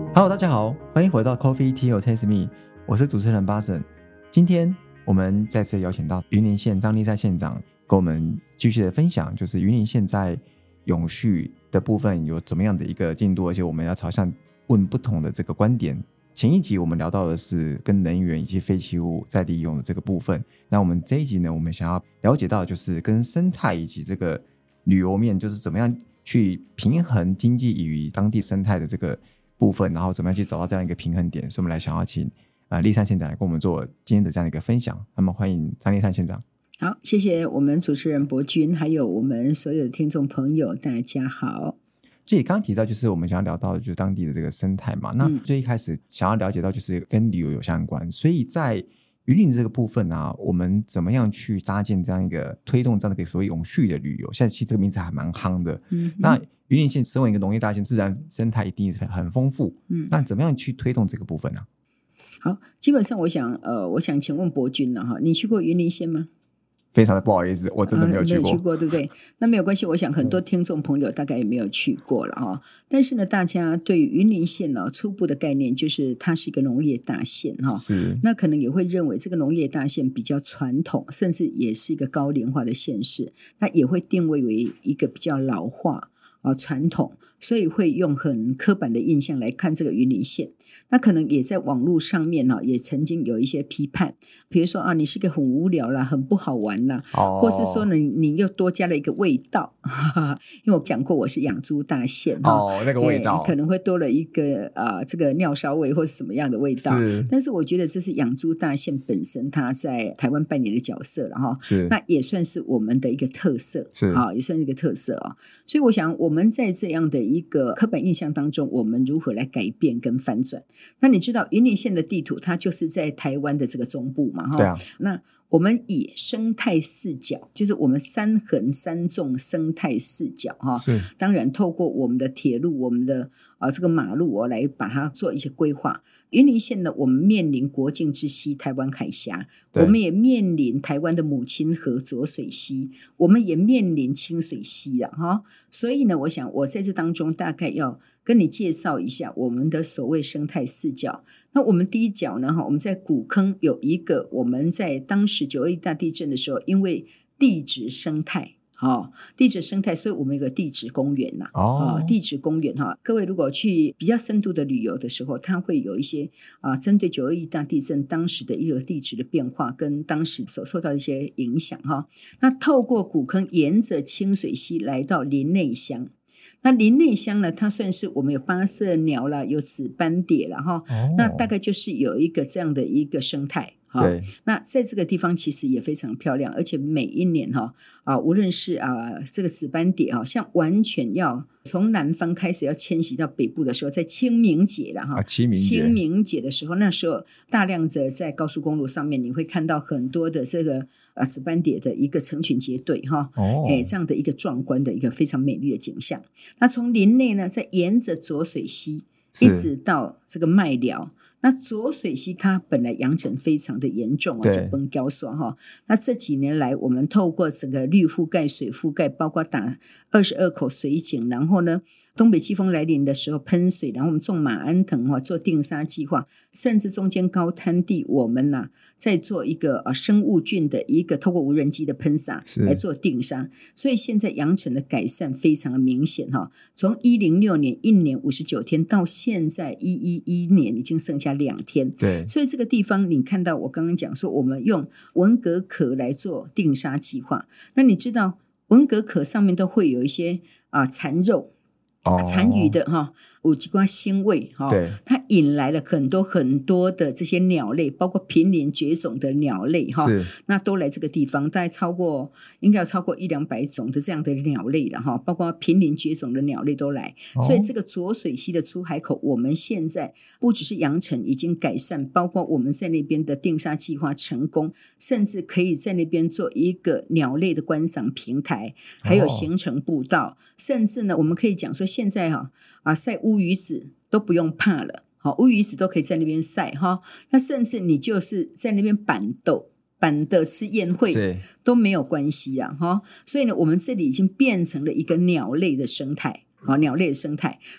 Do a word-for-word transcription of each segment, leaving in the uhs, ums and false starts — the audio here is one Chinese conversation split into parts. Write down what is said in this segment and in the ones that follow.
Hello， 大家好，欢迎回到 Coffee Tea or Taste Me， 我是主持人巴神。今天我们再次邀请到云林县张丽珊县长跟我们继续的分享，就是云林县在永续的部分有怎么样的一个进度，而且我们要朝向问不同的这个观点。前一集我们聊到的是跟能源以及废弃物再利用的这个部分，那我们这一集呢，我们想要了解到就是跟生态以及这个旅游面，就是怎么样去平衡经济与当地生态的这个部分，然后怎么样去找到这样一个平衡点。所以我们来想要请呃丽珊县长来跟我们做今天的这样一个分享。那么欢迎张丽珊县长。 好，谢谢我们主持人博君，还有我们所有的听众朋友，大家好。 所以刚刚提到就是我们想要聊到的就是当地的这个生态嘛，那最一开始想要了解到就是跟旅游有相关，所以在云林这个部分啊，我们怎么样去搭建这样一个推动这样的所谓永续的旅游？现在其实这个名字还蛮夯的。嗯，那云林县身为一个农业大县，自然生态一定是很丰富。嗯，那怎么样去推动这个部分呢？ 好，基本上我想呃，我想请问博君了哈，你去过云林县吗？ 非常的不好意思，我真的没有去过。呃、 没有去过，对不对？那没有关系，我想很多听众朋友大概也没有去过了哈。但是呢，大家对于云林县呢，初步的概念就是它是一个农业大县哈。是。那可能也会认为这个农业大县比较传统，甚至也是一个高龄化的县市，那也会定位为一个比较老化啊传统，所以会用很刻板的印象来看这个云林县。那可能也在网络上面呢，也曾经有一些批判，比如说啊，你是个很无聊啦，很不好玩啦，哦、或是说呢，你又多加了一个味道，哈哈，因为我讲过我是养猪大县哦，那个味道、 欸、可能会多了一个啊、呃，这个尿骚味或是什么样的味道。是，但是我觉得这是养猪大县本身它在台湾扮演的角色了哈，是，那也算是我们的一个特色，是啊，也算是一个特色啊。所以我想我们在这样的一个刻板印象当中，我们如何来改变跟翻转？那你知道云林县的地图它就是在台湾的这个中部嘛，对啊。那我们以生态视角，就是我们三横三纵生态视角哈，是当然透过我们的铁路、我们的呃这个马路哦，来把它做一些规划。云林县呢，我们面临国境之西台湾海峡，我们也面临台湾的母亲河浊水溪，我们也面临清水溪啊哈。所以呢，我想我在这当中大概要跟你介绍一下我们的所谓生态视角。那我们第一角呢，我们在古坑有一个，我们在当时九二一大地震的时候，因为地质生态。哦，地质生态，所以我们有个地质公园呐、啊。哦，地质公园哈，各位如果去比较深度的旅游的时候，它会有一些啊，针对九二一大地震当时的一个地质的变化，跟当时所受到的一些影响哈。那透过古坑，沿着清水溪来到林内乡。那林内乡呢，它算是我们有八色鸟啦，有紫斑蝶啦哈、哦，那大概就是有一个这样的一个生态。对，那在这个地方其实也非常漂亮，而且每一年哈啊，无论是啊这个紫斑蝶哈，像完全要从南方开始要迁徙到北部的时候，在清明节了哈、啊，清明节清明节的时候，那时候大量的在高速公路上面，你会看到很多的这个啊紫斑蝶的一个成群结队哈，哦，哎这样的一个壮观的一个非常美丽的景象。那从林内呢，再沿着浊水溪一直到这个麦寮。那浊水溪它本来扬尘非常的严重啊，这崩胶刷哈。那这几年来，我们透过整个绿覆盖、水覆盖，包括打二十二口水井，然后呢，东北季风来临的时候喷水，然后我们种马鞍藤哈，做定沙计划，甚至中间高滩地，我们呐、啊、在做一个呃生物菌的一个透过无人机的喷洒来做定沙，所以现在扬尘的改善非常的明显哈。从一零六年一年五十九天到现在一一一年，已经剩下两天，对，所以这个地方你看到我刚刚讲说，我们用文革壳来做定沙计划。那你知道文革壳上面都会有一些啊残肉、哦、残余的哈，有几瓜腥味哈，它引来了很多很多的这些鸟类，包括濒临绝种的鸟类哈，那都来这个地方，大概超过应该有超过一两百种的这样的鸟类了哈，包括濒临绝种的鸟类都来，哦、所以这个浊水溪的出海口，我们现在不只是扬尘已经改善，包括我们在那边的定沙计划成功，甚至可以在那边做一个鸟类的观赏平台，还有行程步道，哦、甚至呢，我们可以讲说现在哈啊晒乌鱼子都不用怕了，好，乌鱼子都可以在那边晒哈。那甚至你就是在那边板豆、板的吃宴会都没有关系啊哈。所以呢，我们这里已经变成了一个鸟类的生态，好，鸟类的生态。好，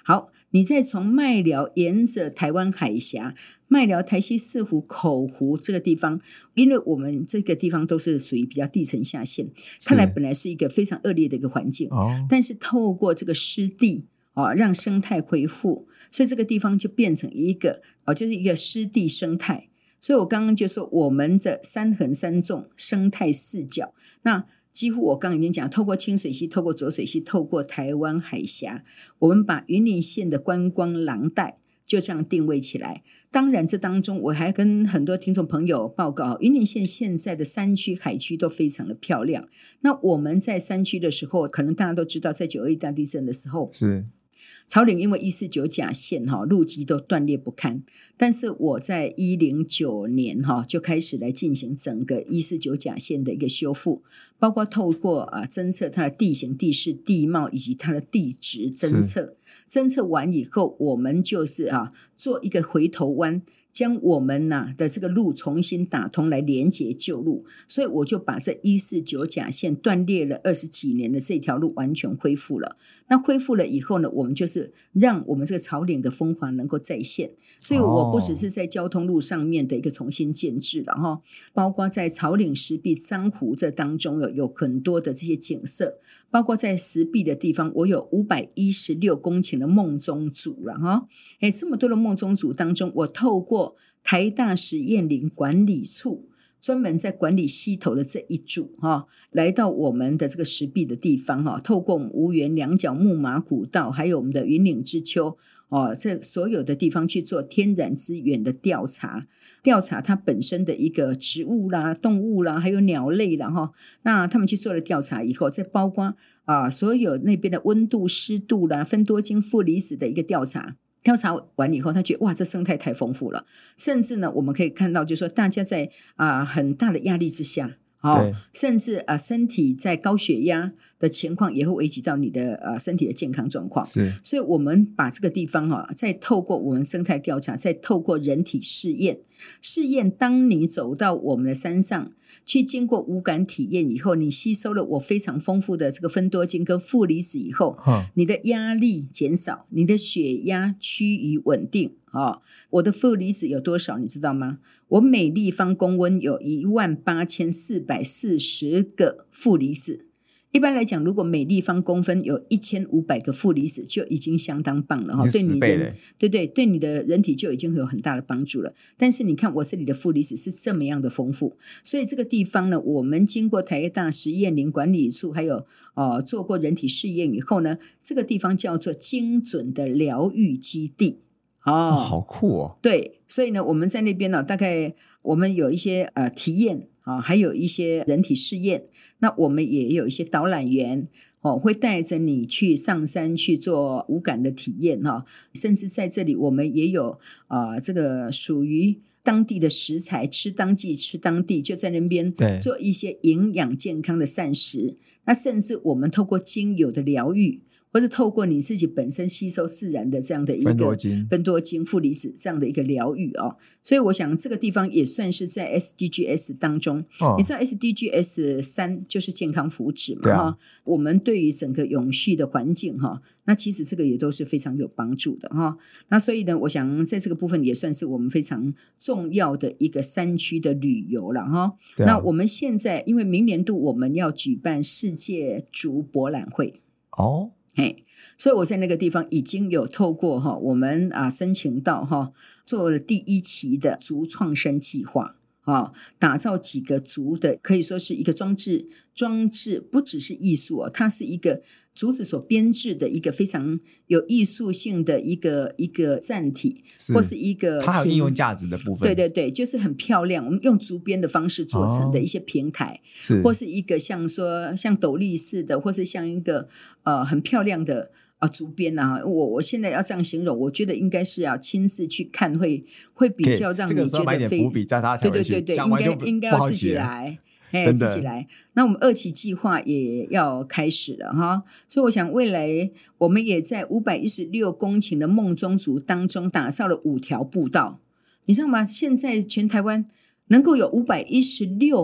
你再从麦寮沿着台湾海峡，麦寮、台西四湖、口湖这个地方，因为我们这个地方都是属于比较地层下陷，看来本来是一个非常恶劣的一个环境，哦、但是透过这个湿地、哦、让生态恢复，所以这个地方就变成一个、哦、就是一个湿地生态。所以我刚刚就说我们的三横三纵生态四角，那几乎我刚刚已经讲，透过清水溪，透过浊水溪，透过台湾海峡，我们把云林县的观光廊带就这样定位起来。当然这当中我还跟很多听众朋友报告，云林县现在的山区海区都非常的漂亮。那我们在山区的时候，可能大家都知道，在九二一大地震的时候，是草岭因为一四九甲线路基都断裂不堪，但是我在一零九年就开始来进行整个一四九甲线的一个修复，包括透过啊侦测它的地形地势地貌以及它的地质侦测，侦测完以后我们就是啊做一个回头弯，将我们呐、啊、的这个路重新打通来连接旧路，所以我就把这一四九甲线断裂了二十几年的这条路完全恢复了。那恢复了以后呢，我们就是让我们这个草岭的风华能够再现，所以我不只是在交通路上面的一个重新建制，然后包括在草岭石壁漳湖这当中有有很多的这些景色，包括在石壁的地方我有五百一十六公顷的梦中组了哈。诶，这么多的梦中组当中，我透过台大实验林管理处专门在管理溪头的这一组、哦、来到我们的这个石壁的地方、哦、透过我们无缘两角木马古道还有我们的云岭之丘、哦、这所有的地方去做天然资源的调查，调查它本身的一个植物啦动物啦还有鸟类啦、哦、那他们去做了调查以后，再包括、呃、所有那边的温度湿度啦芬多精负离子的一个调查，调查完以后他觉得哇这生态太丰富了，甚至呢我们可以看到就是说大家在、呃、很大的压力之下、哦、甚至、呃、身体在高血压的情况也会危及到你的、呃、身体的健康状况，是，所以我们把这个地方、哦、再透过我们生态调查，再透过人体试验试验，当你走到我们的山上去经过无感体验以后，你吸收了我非常丰富的这个芬多精跟负离子以后、嗯、你的压力减少，你的血压趋于稳定、哦、我的负离子有多少你知道吗？我每立方公分有一万八千四百四十个负离子，一般来讲如果每立方公分有一千五百个负离子就已经相当棒了，对你人对对对你的人体就已经有很大的帮助了，但是你看我这里的负离子是这么样的丰富，所以这个地方呢我们经过台大实验林管理处还有、呃、做过人体试验以后呢，这个地方叫做精准的疗愈基地哦， 哦好酷哦。 对，所以呢我们在那边呢大概我们有一些呃体验、哦、还有一些人体试验，那我们也有一些导览员、哦、会带着你去上山去做无感的体验、哦、甚至在这里我们也有、呃、这个属于当地的食材，吃当季吃当地，就在那边做一些营养健康的膳食，那甚至我们透过精油的疗愈，或者透过你自己本身吸收自然的这样的一个芬多精负离子这样的一个疗愈哦，所以我想这个地方也算是在 S D G S 当中、哦、你知道 S D G S 三就是健康福祉嘛、啊、我们对于整个永续的环境哈，那其实这个也都是非常有帮助的哈。那所以呢我想在这个部分也算是我们非常重要的一个山区的旅游了哈、啊。那我们现在因为明年度我们要举办世界竹博览会哦，嘿，所以我在那个地方已经有透过哈我们啊申请到哈做了第一期的竹创生计划啊，打造几个竹的可以说是一个装置，装置不只是艺术哦，它是一个竹子所编制的一个非常有艺术性的一个一个站体，是或是一个它还有应用价值的部分， 对对对，就是很漂亮，我们用竹编的方式做成的一些平台、哦、是或是一个像说像斗笠式的，或是像一个呃很漂亮的啊，竹编啊，我我现在要这样形容，我觉得应该是要亲自去看，会会比较让你觉得非、okay, 这个时候买点伏笔，在他才会去，对对对对，应该应该要自己来，哎，自己来。那我们二期计划也要开始了哈，所以我想未来我们也在五百一十六公顷的梦中竹当中打造了五条步道，你知道吗？现在全台湾能够有五百一十六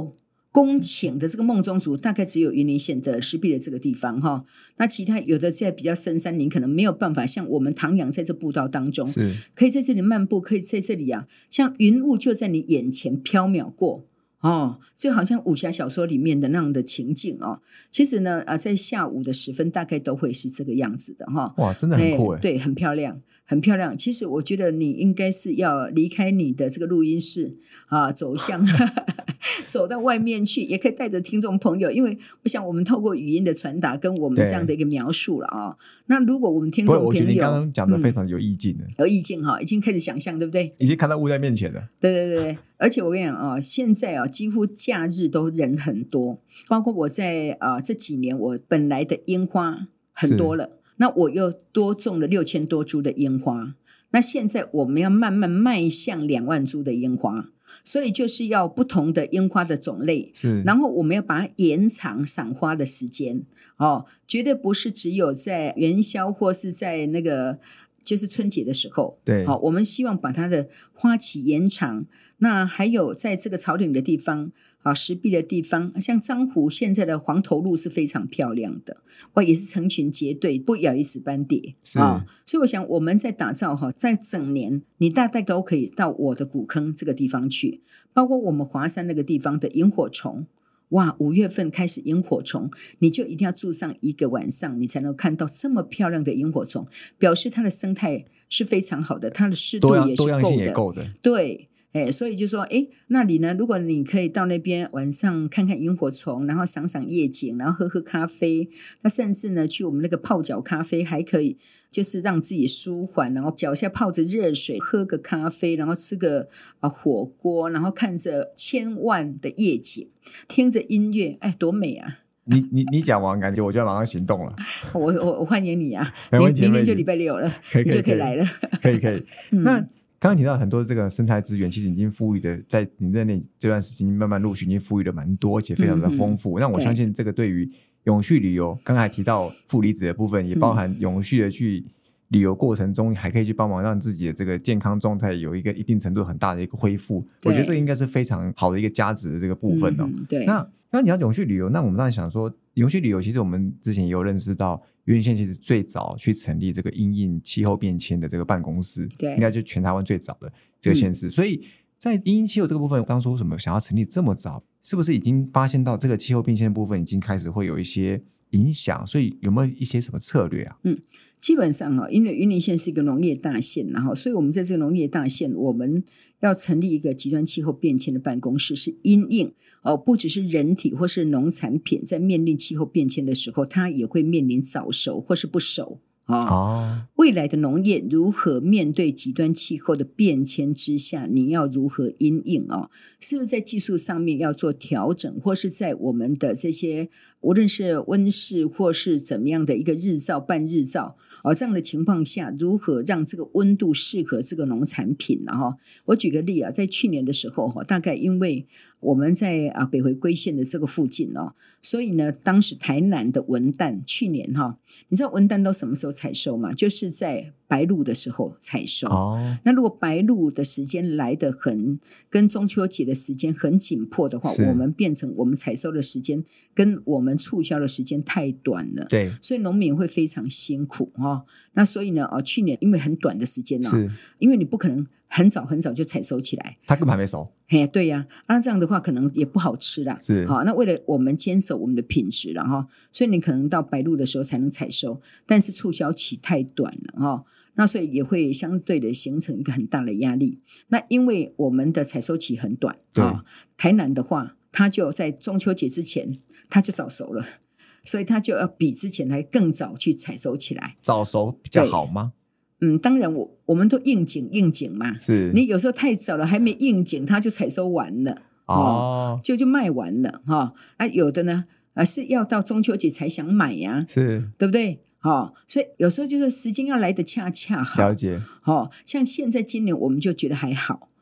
公顷的这个梦中竹大概只有云林县的石壁的这个地方哈，那其他有的在比较深山林可能没有办法像我们唐阳在这步道当中是可以在这里漫步，可以在这里啊像云雾就在你眼前飘渺过哦，就好像武侠小说里面的那样的情境哦。其实呢啊，在下午的时分大概都会是这个样子的哈。 哇，真的很酷耶。 对，很漂亮很漂亮。其实我觉得你应该是要离开你的这个录音室啊，走向走到外面去，也可以带着听众朋友，因为我想我们透过语音的传达跟我们这样的一个描述了啊。那如果我们听众朋友， 我觉得你刚刚讲的非常有意境的、嗯、 有意境哈，已经开始想象，对不对？ 已经看到雾在面前了。 对对对，而且我跟你讲啊，现在啊几乎假日都人很多，包括我在啊这几年，我本来的樱花很多了，那我又多种了六千多株的樱花，那现在我们要慢慢迈向两万株的樱花。所以就是要不同的樱花的种类， 是， 然后我们要把它延长赏花的时间哦，绝对不是只有在元宵或是在那个就是春节的时候， 对， 好、哦，我们希望把它的花期延长。那还有在这个草岭的地方啊，石壁的地方，像彰湖现在的黄头鹭是非常漂亮的，哇，也是成群结队，不亚于紫斑蝶啊。所以我想我们在打造哈，在整年你大概都可以到我的古坑这个地方去，包括我们华山那个地方的萤火虫。哇，五月份开始萤火虫，你就一定要住上一个晚上，你才能看到这么漂亮的萤火虫，表示它的生态是非常好的，它的湿度也是够的， 多样性也够的， 对。哎，所以就说，哎，那里呢？如果你可以到那边晚上看看萤火虫，然后赏赏夜景，然后喝喝咖啡，那甚至呢，去我们那个泡脚咖啡，还可以就是让自己舒缓，然后脚下泡着热水，喝个咖啡，然后吃个啊火锅，然后看着千万的夜景，听着音乐，哎，多美啊！ 你你你讲完，感觉我就要马上行动了。 我我我欢迎你啊！ 没问题， 明天就礼拜六了， 可以可以你就可以来了。 可以可以。 嗯、 那刚刚提到很多这个生态资源，其实已经富裕的，在你任内这段时间慢慢陆续已经富裕的蛮多，而且非常的丰富。嗯、那我相信这个对于永续旅游，刚才提到负离子的部分，也包含永续的去旅游过程中，还可以去帮忙让自己的这个健康状态有一个一定程度很大的一个恢复。我觉得这个应该是非常好的一个价值的这个部分哦。 嗯、对。 那刚刚你要永续旅游，那我们当然想说，永续旅游其实我们之前也有认识到，云林县其实最早去成立这个因应气候变迁的这个办公室， 对， 应该就全台湾最早的这个县市。嗯、所以在因应气候这个部分，当初为什么想要成立这么早？是不是已经发现到这个气候变迁的部分已经开始会有一些影响？所以有没有一些什么策略啊？ 嗯。基本上啊，因为云林县是一个农业大县，然后所以我们在这个农业大县，我们要成立一个极端气候变迁的办公室，是因应哦，不只是人体或是农产品在面临气候变迁的时候，它也会面临早熟或是不熟。哦，哦未来的农业如何面对极端气候的变迁之下，你要如何因应哦？是不是在技术上面要做调整，或是在我们的这些无论是温室或是怎么样的一个日照、半日照哦这样的情况下，如何让这个温度适合这个农产品？然后我举个例啊，在去年的时候哈，大概因为我们在啊北回归线的这个附近哦，所以呢，当时台南的文旦去年哈，你知道文旦都什么时候采收吗？就是在白露的时候采收。哦，那如果白露的时间来得很跟中秋节的时间很紧迫的话，我们变成我们采收的时间跟我们促销的时间太短了。 对， 所以农民会非常辛苦哈。那所以呢，哦，去年因为很短的时间呢，因为你不可能很早很早就采收起来， 它根本还没熟。 嘿，对呀、啊，那这样的话可能也不好吃啦。 是， 好，那为了我们坚守我们的品质了哈，所以你可能到白露的时候才能采收，但是促销期太短了哈，那所以也会相对的形成一个很大的压力。那因为我们的采收期很短啊，台南的话，它就在中秋节之前，它就早熟了，所以它就要比之前还更早去采收起来。 早熟比较好吗？ 嗯，当然我我们都应景应景嘛， 是你有时候太早了还没应景，它就采收完了哦，哦就就卖完了哈、哦、啊，有的呢啊是要到中秋节才想买呀、啊， 是对不对？哦，所以有时候就是时间要来得恰恰好。 了解。 哦，像现在今年我们就觉得还好，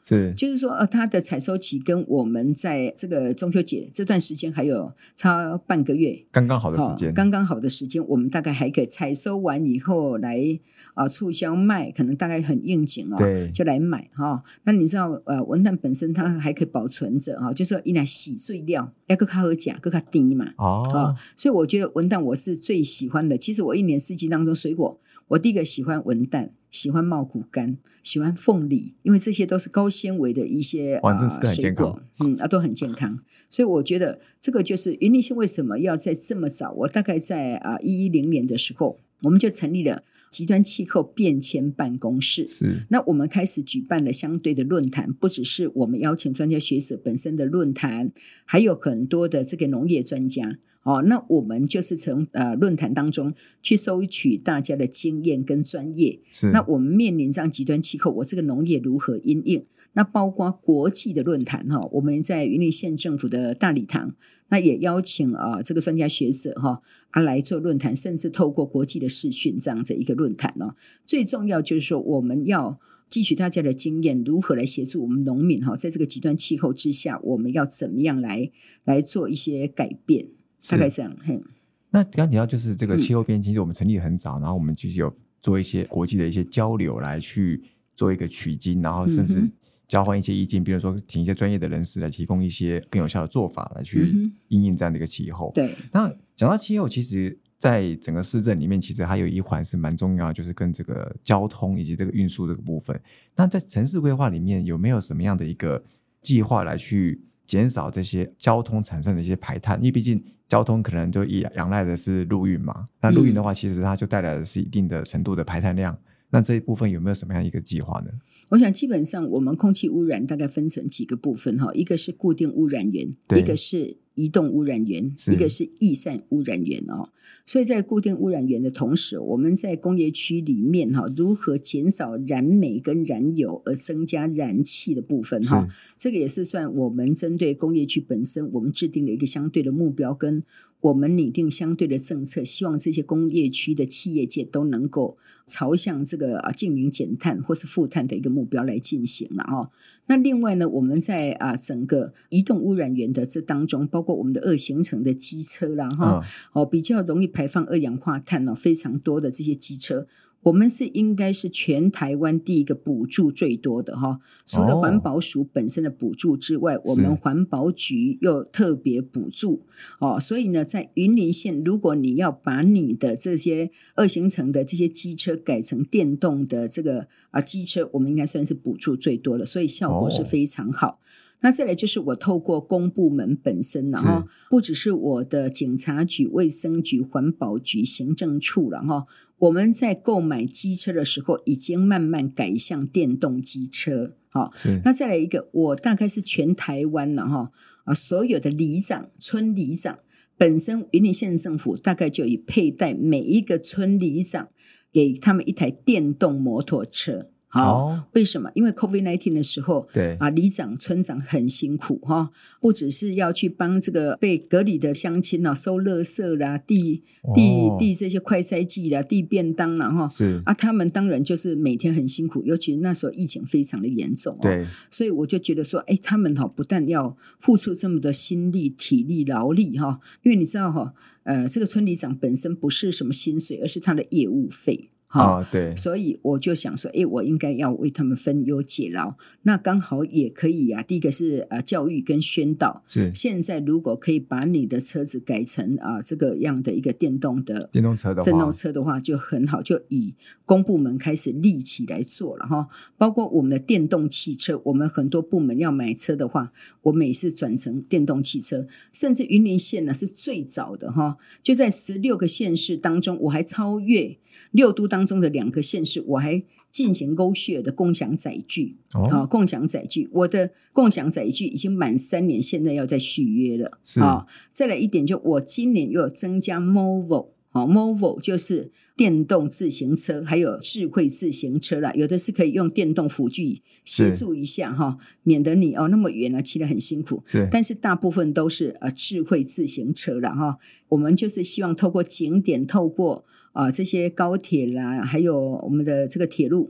是， 就是说呃，它的采收期跟我们在这个中秋节这段时间还有差半个月， 刚刚好的时间， 刚刚好的时间，我们大概还可以采收完以后来啊、呃、促销卖，可能大概很应景哦， 对， 就来买哈、哦。那你知道呃，文旦本身它还可以保存着哈、哦，就是说一来洗最料，要更较好吃，更较甜嘛， 哦， 哦，所以我觉得文旦我是最喜欢的。其实我一年四季当中水果，我第一个喜欢文旦，喜欢茂谷柑，喜欢凤梨，因为这些都是高纤维的一些呃水果，嗯啊都很健康。所以我觉得这个就是云林县为什么要在这么早，我大概在啊一一零年的时候，我们就成立了极端气候变迁办公室。 是， 那我们开始举办了相对的论坛，不只是我们邀请专家学者本身的论坛，还有很多的这个农业专家。哦，那我们就是从呃论坛当中去收取大家的经验跟专业。 是， 那我们面临这样极端气候，我这个农业如何因应？那包括国际的论坛哈，我们在云林县政府的大礼堂，那也邀请啊、呃、这个专家学者哈啊来做论坛，甚至透过国际的视讯这样子一个论坛哦。最重要就是说，我们要汲取大家的经验，如何来协助我们农民哈，在这个极端气候之下，我们要怎么样来来做一些改变？大概这样。嘿， 那刚刚提到就是这个气候变迁，其实我们成立很早，然后我们就是有做一些国际的一些交流，来去做一个取经，然后甚至交换一些意见，比如说请一些专业的人士来提供一些更有效的做法，来去因应这样的一个气候。 对， 那讲到气候，其实在整个市政里面，其实还有一环是蛮重要的，就是跟这个交通以及这个运输这个部分。那在城市规划里面，有没有什么样的一个计划来去减少这些交通产生的一些排碳？因为毕竟交通可能就仰赖的是陆运嘛，那陆运的话，其实它就带来的是一定的程度的排碳量。嗯，那这一部分有没有什么样一个计划呢？ 我想基本上我们空气污染大概分成几个部分哈，一个是固定污染源，一个是移动污染源，一个是逸散污染源哦。所以在固定污染源的同时，我们在工业区里面哈，如何减少燃煤跟燃油而增加燃气的部分哈，这个也是算我们针对工业区本身，我们制定了一个相对的目标，跟我们拟定相对的政策，希望这些工业区的企业界都能够朝向这个啊净零减碳或是负碳的一个目标来进行了哈。那另外呢，我们在啊整个移动污染源的这当中，包括我们的二行程的机车啦哈，哦比较容易排放二氧化碳哦非常多的这些机车。我们是应该是全台湾第一个补助最多的哈，除了环保署本身的补助之外，哦，我们环保局又特别补助哦，所以呢，在云林县，如果你要把你的这些二行程的这些机车改成电动的这个啊机车，我们应该算是补助最多的，所以效果是非常好。哦，那再来就是我透过公部门本身，然后不只是我的警察局、卫生局、环保局、行政处了哈，我们在购买机车的时候已经慢慢改向电动机车。好，那再来一个，我大概是全台湾了哈啊，所有的里长、村里长本身，云林县政府大概就已佩戴每一个村里长给他们一台电动摩托车。好，哦，为什么？因为 COVID 十九 的时候，对啊，里长、村长很辛苦哈，不只是要去帮这个被隔离的乡亲啊收垃圾啦、递递递这些快筛剂啦、递便当啦哈，是啊，他们当然就是每天很辛苦，尤其是那时候疫情非常的严重，哦，对，所以我就觉得说，哎，他们哈不但要付出这么多心力、体力、劳力哈，因为你知道哈，呃，这个村里长本身不是什么薪水，而是他的业务费。啊，对，所以我就想说，哎，我应该要为他们分忧解劳，那刚好也可以啊。第一个是呃教育跟宣导，是现在如果可以把你的车子改成啊、呃、这个样的一个电动的电动车的话， 电动车的话就很好，就以公部门开始立起来做了哈。包括我们的电动汽车，我们很多部门要买车的话，我们也是转成电动汽车，甚至云林县呢是最早的哈，就在十六个县市当中，我还超越六都当中的两个县市，我还进行勾血的共享载具，哦啊，共享载具，我的共享载具已经满三年，现在要再续约了。是啊，再来一点，就我今年又有增加 Movo， 啊 ，Movo 就是电动自行车，还有智慧自行车啦，有的是可以用电动辅具协助一下哈，免得你哦那么远啊骑得很辛苦。是，但是大部分都是呃智慧自行车啦哈，我们就是希望透过景点，透过啊、呃，这些高铁啦，还有我们的这个铁路，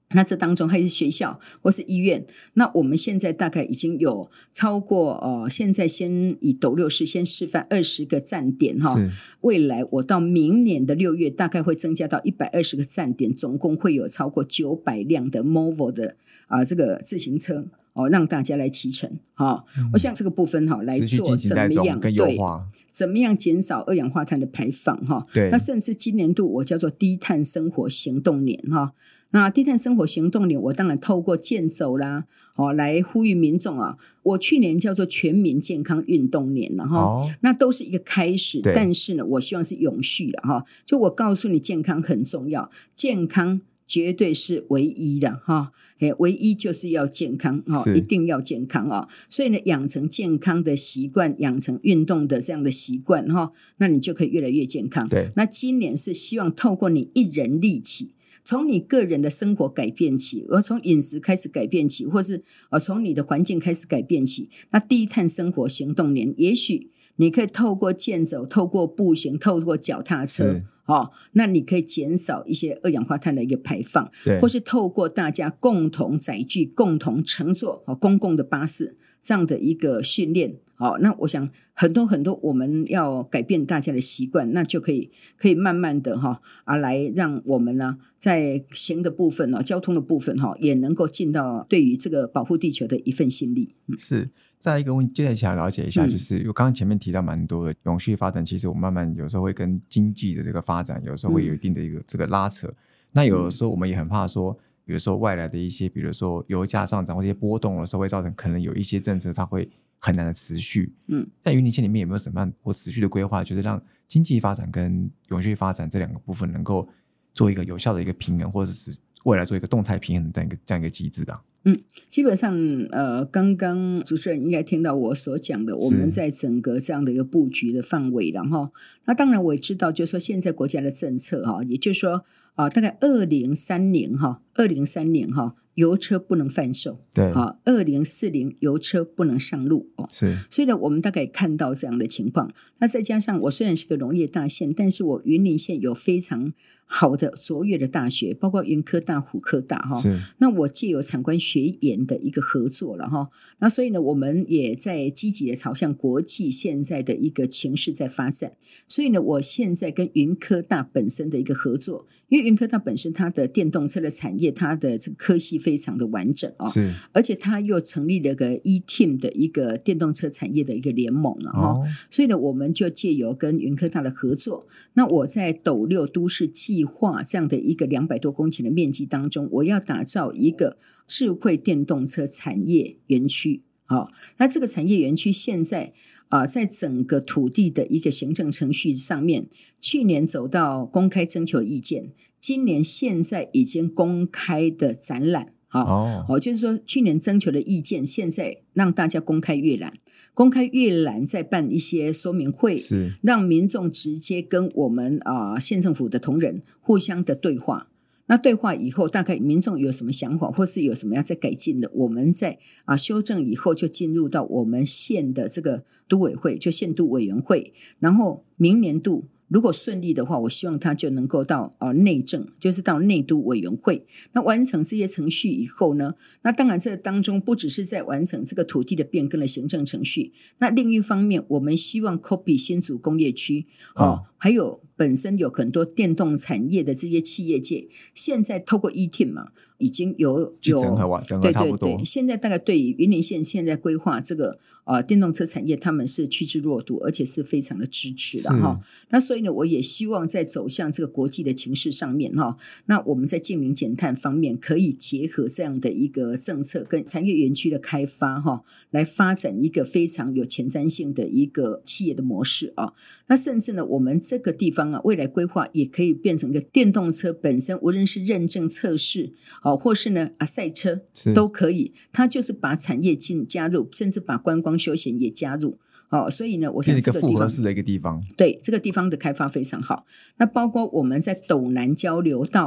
那这当中还是学校或是医院，那我们现在大概已经有超过呃，现在先以斗六市先示范二十个站点哈，未来我到明年的六月大概会增加到一百二十个站点，总共会有超过九百辆的 Movo 的啊、呃、这个自行车哦，让大家来骑乘哈、哦嗯。我想这个部分哈来做怎么样对。怎么样减少二氧化碳的排放哈？对，那甚至今年度我叫做低碳生活行动年哈。那低碳生活行动年，我当然透过健走啦，哦，来呼吁民众啊。我去年叫做全民健康运动年了哈、哦，那都是一个开始，但是呢，我希望是永续的哈。就我告诉你，健康很重要，健康绝对是唯一的哈。唯一就是要健康哦，一定要健康哦。所以呢，养成健康的习惯，养成运动的这样的习惯哈，那你就可以越来越健康。对，那今年是希望透过你一人力起，从你个人的生活改变起，而从饮食开始改变起，或是呃从你的环境开始改变起。那低碳生活行动年，也许你可以透过健走，透过步行，透过脚踏车。哦，那你可以减少一些二氧化碳的一个排放，或是透过大家共同载具、共同乘坐、哦、公共的巴士这样的一个训练。哦，那我想很多很多我们要改变大家的习惯，那就可以可以慢慢的哈、哦、啊来让我们呢在行的部分、哦、交通的部分哈、哦、也能够尽到对于这个保护地球的一份心力。 嗯、是。再一个问题，接下来想了解一下，就是我刚刚前面提到蛮多的永续发展，其实我慢慢有时候会跟经济的这个发展有时候会有一定的一个这个拉扯。嗯、那有的时候我们也很怕说，比如说外来的一些，比如说油价上涨或一些波动的时候，会造成可能有一些政策它会很难的持续。嗯，在云林县里面有没有什么样或持续的规划，就是让经济发展跟永续发展这两个部分能够做一个有效的一个平衡，或者是未来做一个动态平衡的一个这样一个机制的、啊？ 嗯，基本上呃，刚刚主持人应该听到我所讲的，我们在整个这样的一个布局的范围，然后那当然我也知道，就是说现在国家的政策哈，也就是说啊、呃，大概二零三零哈，二零三零哈。油车不能贩售，对，好，二零四零油车不能上路哦，是，所以呢，我们大概看到这样的情况。那再加上我虽然是个农业大县，但是我云林县有非常好的卓越的大学，包括云科大、虎科大哈。那我藉由产官学研的一个合作了哈，那所以呢，我们也在积极的朝向国际现在的一个情势在发展。所以呢，我现在跟云科大本身的一个合作。因为云科大本身它的电动车的产业，它的这个科系非常的完整哦，是，而且它又成立了个 E-Team 的一个电动车产业的一个联盟了哈、哦，所以呢，我们就借由跟云科大的合作，那我在斗六都市计划这样的一个两百多公顷的面积当中，我要打造一个智慧电动车产业园区。好，那这个产业园区现在啊、呃，在整个土地的一个行政程序上面，去年走到公开征求意见，今年现在已经公开的展览。好、哦，就是说去年征求的意见，现在让大家公开阅览，公开阅览再办一些说明会，是让民众直接跟我们啊、呃、县政府的同仁互相的对话。那对话以后，大概民众有什么想法，或是有什么要再改进的，我们在啊修正以后，就进入到我们县的这个都委会，就县都委员会，然后明年度如果顺利的话，我希望他就能够到呃内政，就是到内都委员会。那完成这些程序以后呢，那当然这当中不只是在完成这个土地的变更的行政程序，那另一方面，我们希望 copy 新竹工业区哦、嗯，还有本身有很多电动产业的这些企业界，现在透过 E-Team 嘛，已经有有整合完，整合差不多。 对对对，现在大概对于云林县现在规划这个呃电动车产业，他们是趋之若鹜，而且是非常的支持的哈。那所以呢，我也希望在走向这个国际的情势上面哈，那我们在净零减碳方面可以结合这样的一个政策跟产业园区的开发哈，来发展一个非常有前瞻性的一个企业的模式啊。那甚至呢，我们这个地方啊，未来规划也可以变成一个电动车本身，无论是认证测试哦，或是呢啊赛车都可以，它就是把产业进加入，甚至把观光休闲也加入。哦，所以呢，我想这个地方是一个复合式的一个地方， 对这个地方的开发非常好。那包括我们在斗南交流道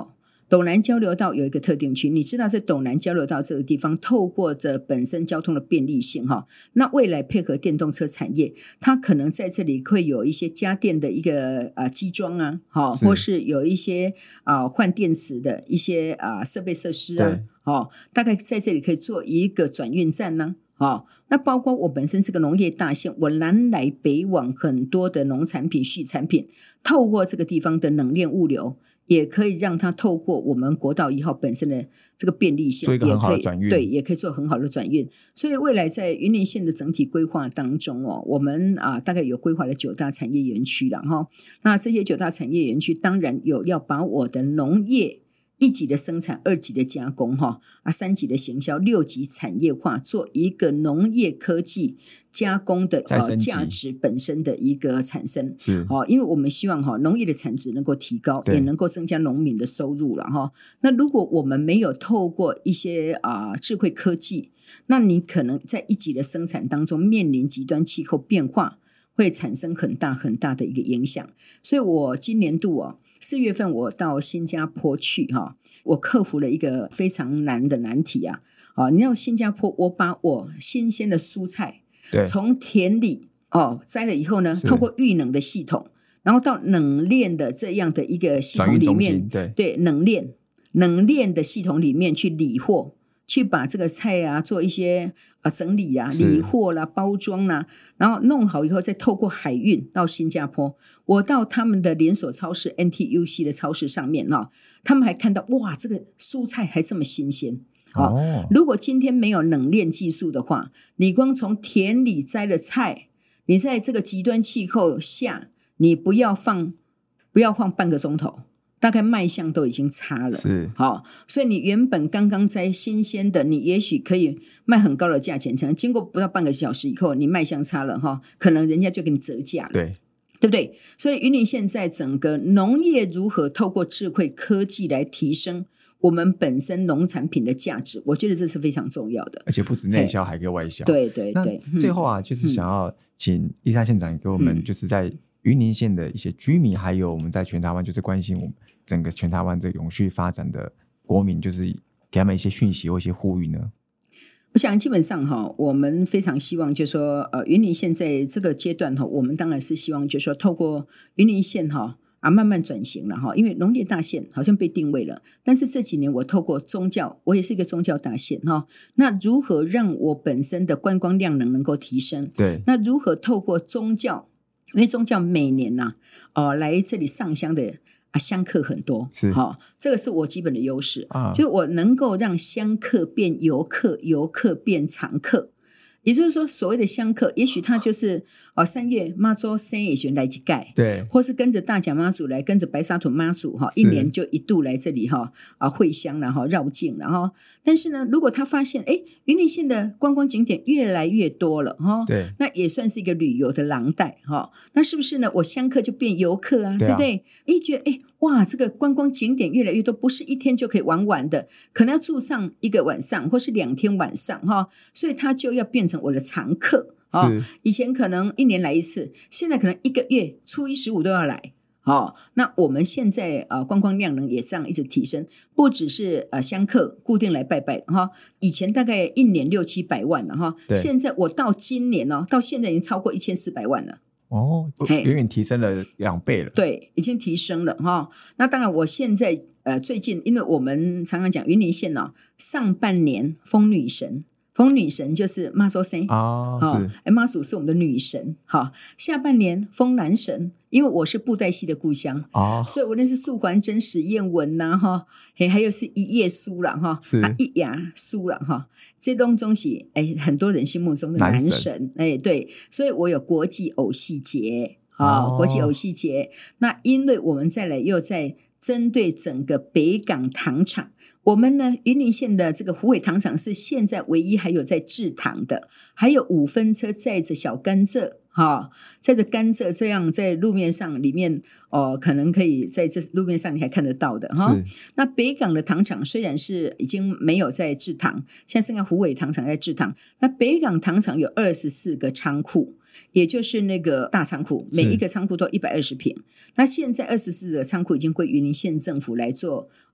斗南交流道有一个特定区，你知道在斗南交流道这个地方，透过着本身交通的便利性哈，那未来配合电动车产业，它可能在这里会有一些家电的一个啊机装啊，好，或是有一些啊换电池的一些啊设备设施啊，哦，大概在这里可以做一个转运站呢、啊。哦，那包括我本身是个农业大县，我南来北往很多的农产品、畜产品，透过这个地方的冷链物流。也可以让它透过我们国道一号本身的这个便利性， 做一个很好的转运， 对，也可以做很好的转运。所以未来在云林县的整体规划当中哦，我们啊大概有规划了九大产业园区了哈。那这些九大产业园区，当然有要把我的农业一级的生产、二级的加工哈啊三级的行销、六级产业化，做一个农业科技加工的呃价值本身的一个产生是哦，因为我们希望哈农业的产值能够提高，也能够增加农民的收入了哈。那如果我们没有透过一些啊、呃、智慧科技，那你可能在一级的生产当中面临极端气候变化，会产生很大很大的一个影响。所以我今年度哦。四月份我到新加坡去哈，我克服了一个非常难的难题啊！哦，你知道新加坡，我把我新鲜的蔬菜从田里哦摘了以后呢，透过预冷的系统，然后到冷链的这样的一个系统里面， 对对冷链冷链的系统里面去理货。去把这个菜啊做一些呃整理啊、理货啦、包装啦，然后弄好以后，再透过海运到新加坡。我到他们的连锁超市 N T U C 的超市上面哈，他们还看到哇，这个蔬菜还这么新鲜。哦，如果今天没有冷链技术的话，你光从田里摘了菜，你在这个极端气候下，你不要放不要放半个钟头。大概卖相都已经差了， 是好，所以你原本刚刚摘新鲜的，你也许可以卖很高的价钱，经过不到半个小时以后，你卖相差了哈，可能人家就给你折价了， 对， 对不对？所以云林现在整个农业如何透过智慧科技来提升我们本身农产品的价值，我觉得这是非常重要的， 而且不止内销，还可以外销。 对对对。 那最后啊，嗯、就是想要请丽莎县长给我们，就是在云林县的一些居民，还有我们在全台湾，就是关心我们整个全台湾这个永续发展的国民，就是给他们一些讯息或一些呼吁呢？ 我想基本上哈，我们非常希望就是说，呃，云林县在这个阶段哈，我们当然是希望就是说，透过云林县哈啊慢慢转型了哈，因为农业大县好像被定位了，但是这几年我透过宗教，我也是一个宗教大县哈，那如何让我本身的观光量能能够提升？ 对， 那如何透过宗教？因为宗教每年呐、啊，哦，来这里上香的啊，香客很多， 是好、哦，这个是我基本的优势啊， 就是我能够让香客变游客，游客变常客。也就是说，所谓的香客，也许他就是哦，三月妈祖生也选来一盖， 对， 或是跟着大甲妈祖来，跟着白沙屯妈祖哈，一年就一度来这里哈啊会香然后绕境然后，但是呢，如果他发现哎，云林县的观光景点越来越多了哈， 对， 那也算是一个旅游的廊带哈，那是不是呢？我香客就变游客啊，对, 啊对不对？一觉得哎。哇，这个观光景点越来越多，不是一天就可以玩完的，可能要住上一个晚上，或是两天晚上哈，所以他就要变成我的常客啊。以前可能一年来一次，现在可能一个月初一十五都要来。哦，那我们现在呃观光量能也这样一直提升，不只是呃香客固定来拜拜哈，以前大概一年六七百万了哈，现在我到今年哦，到现在已经超过一千四百万了。 哦，远远提升了两倍了。 对，已经提升了哈。那当然，我现在呃最近，因为我们常常讲云林县哦，上半年风女神，风女神就是妈祖生啊，是哎妈祖是我们的女神哈。下半年风男神，因为我是布袋戏的故乡啊， 所以我那是素还真、史艳文呐哈，还还有是一页书了哈，啊一雅书了哈。这当中是哎很多人心目中的男神, 男神哎对，所以我有国际偶戏节啊、哦，国际偶戏节。那因为我们再来又在针对整个北港糖厂，我们呢云林县的这个虎尾糖厂是现在唯一还有在制糖的，还有五分车载着小甘蔗哈，载着甘蔗这样在路面上里面哦，可能可以在这路面上你还看得到的哈。那北港的糖厂虽然是已经没有在制糖，现在剩下虎尾糖厂在制糖。那北港糖厂有二十四个仓库，也就是那个大仓库，每一个仓库都一百二十坪。那现在二十四个仓库已经归云林县政府来做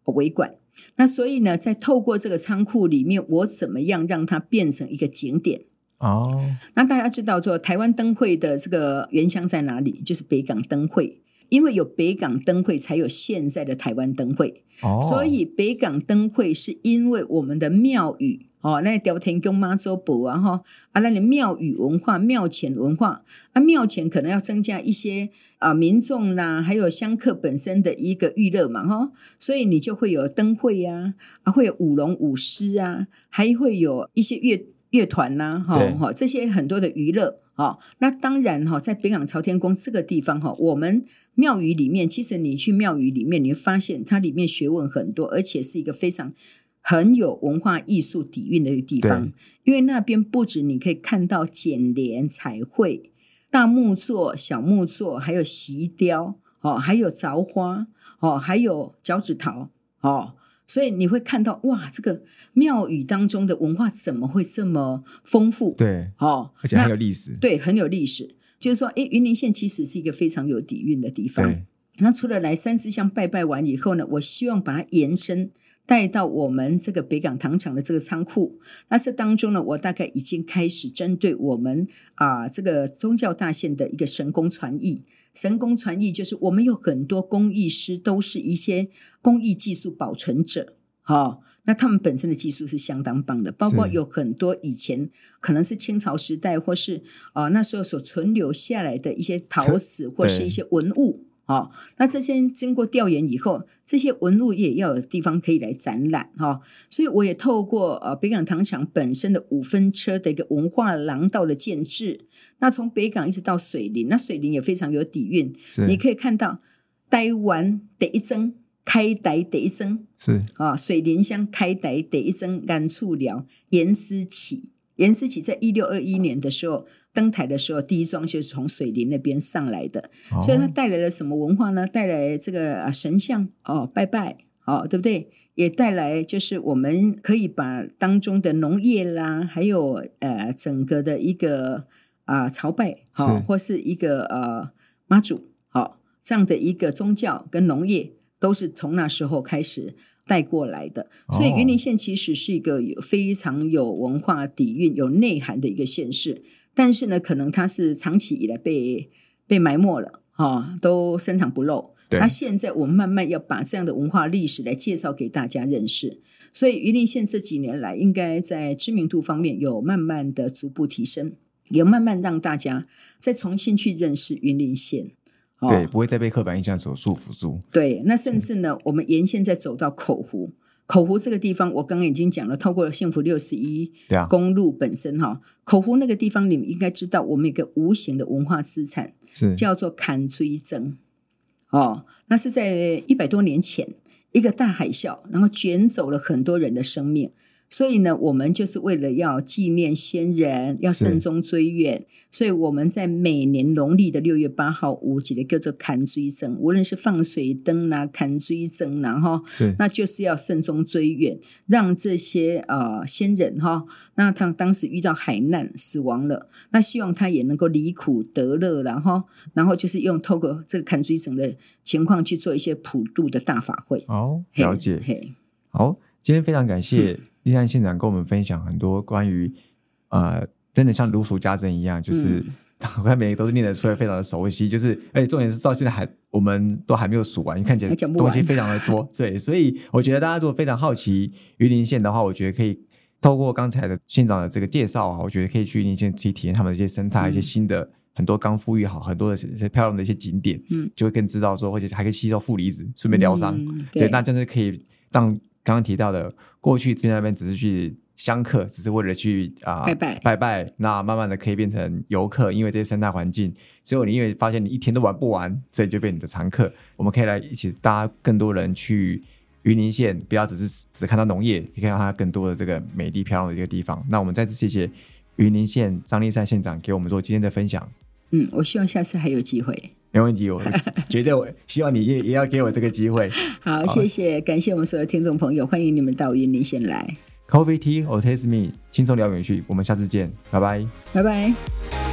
维管。那所以呢，在透过这个仓库里面，我怎么样让它变成一个景点？ 哦， 那大家知道说台湾灯会的这个原乡在哪里？就是北港灯会，因为有北港灯会才有现在的台湾灯会。哦，所以北港灯会是因为我们的庙宇哦，那朝天宫妈祖婆啊哈啊，那庙宇文化、庙前文化啊，庙前可能要增加一些啊民众啦，还有香客本身的一个娱乐嘛哈，所以你就会有灯会啊，啊会有舞龙舞狮啊，还会有一些乐乐团呐、啊，哈这些很多的娱乐。哦，那当然哈，在北港朝天宫这个地方哈，我们庙宇里面，其实你去庙宇里面，你会发现它里面学问很多，而且是一个非常很有文化艺术底蕴的一个地方。因为那边不止你可以看到剪莲、彩绘、大木作、小木作，还有锡雕，哦，还有凿花，哦，还有脚趾陶，哦。所以你会看到哇，这个庙宇当中的文化怎么会这么丰富？ 对，哦，而且很有历史。 对，很有历史。就是说，诶，云林县其实是一个非常有底蕴的地方。对。那除了来三支香拜拜完以后呢，我希望把它延伸带到我们这个北港糖厂的这个仓库。那这当中呢，我大概已经开始针对我们啊、呃、这个宗教大县的一个神工传艺。神工传艺就是我们有很多工艺师都是一些工艺技术保存者，哦，那他们本身的技术是相当棒的，包括有很多以前可能是清朝时代或是、呃、那时候所存留下来的一些陶瓷或是一些文物。哦，那这些经过调研以后，这些文物也要有地方可以来展览、哦、所以我也透过呃北港糖厂本身的五分车的一个文化廊道的建制，那从北港一直到水林，那水林也非常有底蕴，你可以看到台湾第一宗开台第一宗是、哦、水林乡开台第一宗安厝寮严思齐，严思齐在一六二一年的时候登台的时候，第一桩就是从水林那边上来的、哦、所以他带来了什么文化呢？带来这个、啊、神像哦，拜拜哦，对不对？也带来就是我们可以把当中的农业啦，还有呃整个的一个啊、呃、朝拜哦，或是一个呃妈祖哦这样的一个宗教跟农业，都是从那时候开始带过来的。所以云林县其实是一个有非常有文化底蕴、有内涵的一个县市。但是呢，可能它是长期以来被被埋没了、哦、都深藏不露。那现在我们慢慢要把这样的文化历史来介绍给大家认识，所以云林县这几年来应该在知名度方面有慢慢的逐步提升，有慢慢让大家再重新去认识云林县、 哦、对，不会再被刻板印象所束缚住。 对，那甚至呢，我们沿线再走到口湖，口湖这个地方我刚刚已经讲了，透过了幸福六十一公路本身、啊、口湖那个地方你们应该知道，我们有一个无形的文化资产是叫做坎水蒸、哦、那是在一百多年前一个大海啸，然后卷走了很多人的生命，所以呢，我们就是为了要纪念先人，要慎终追远，所以我们在每年农历的六月八号有一个叫做坎水蒸，无论是放水灯啦、坎水蒸啦，那就是要慎终追远，让这些呃先人哈，那他当时遇到海难死亡了，那希望他也能够离苦得乐啦哈，然后就是用透过这个坎水蒸的情况去做一些普渡的大法会。 哦，了解。好，今天非常感谢立山县长跟我们分享很多关于呃，真的像如数家珍一样，就是我看每个都是念得出来，非常的熟悉，就是而且重点是到现在还我们都还没有数完，因为看起来东西非常的多。对，所以我觉得大家如果非常好奇云林县的话，我觉得可以透过刚才的县长的这个介绍啊，我觉得可以去云林县去体验他们的一些生态、嗯、一些新的很多刚富裕好很多的一些漂亮的一些景点、嗯、就会更知道说，或者还可以吸收负离子，顺便疗伤、嗯、对，那真的可以让刚刚提到的过去之前那边只是去香客，只是为了去、呃、拜拜拜拜，那慢慢的可以变成游客，因为这些生态环境，所以你因为发现你一天都玩不完，所以就变你的常客。我们可以来一起搭更多人去云林县，不要只是只看到农业，也可以看到它更多的这个美丽漂亮的一个地方。那我们再次谢谢云林县张立善县长给我们做今天的分享。嗯， 我希望下次还有机会。 没问题，我绝对我希望你 也, 也要给我这个机会。 好，谢谢，感谢我们所有听众朋友，欢迎你们到云林县来。 Coffee Tea or Taste Me， 轻松聊远去，我们下次见，拜拜， 拜拜。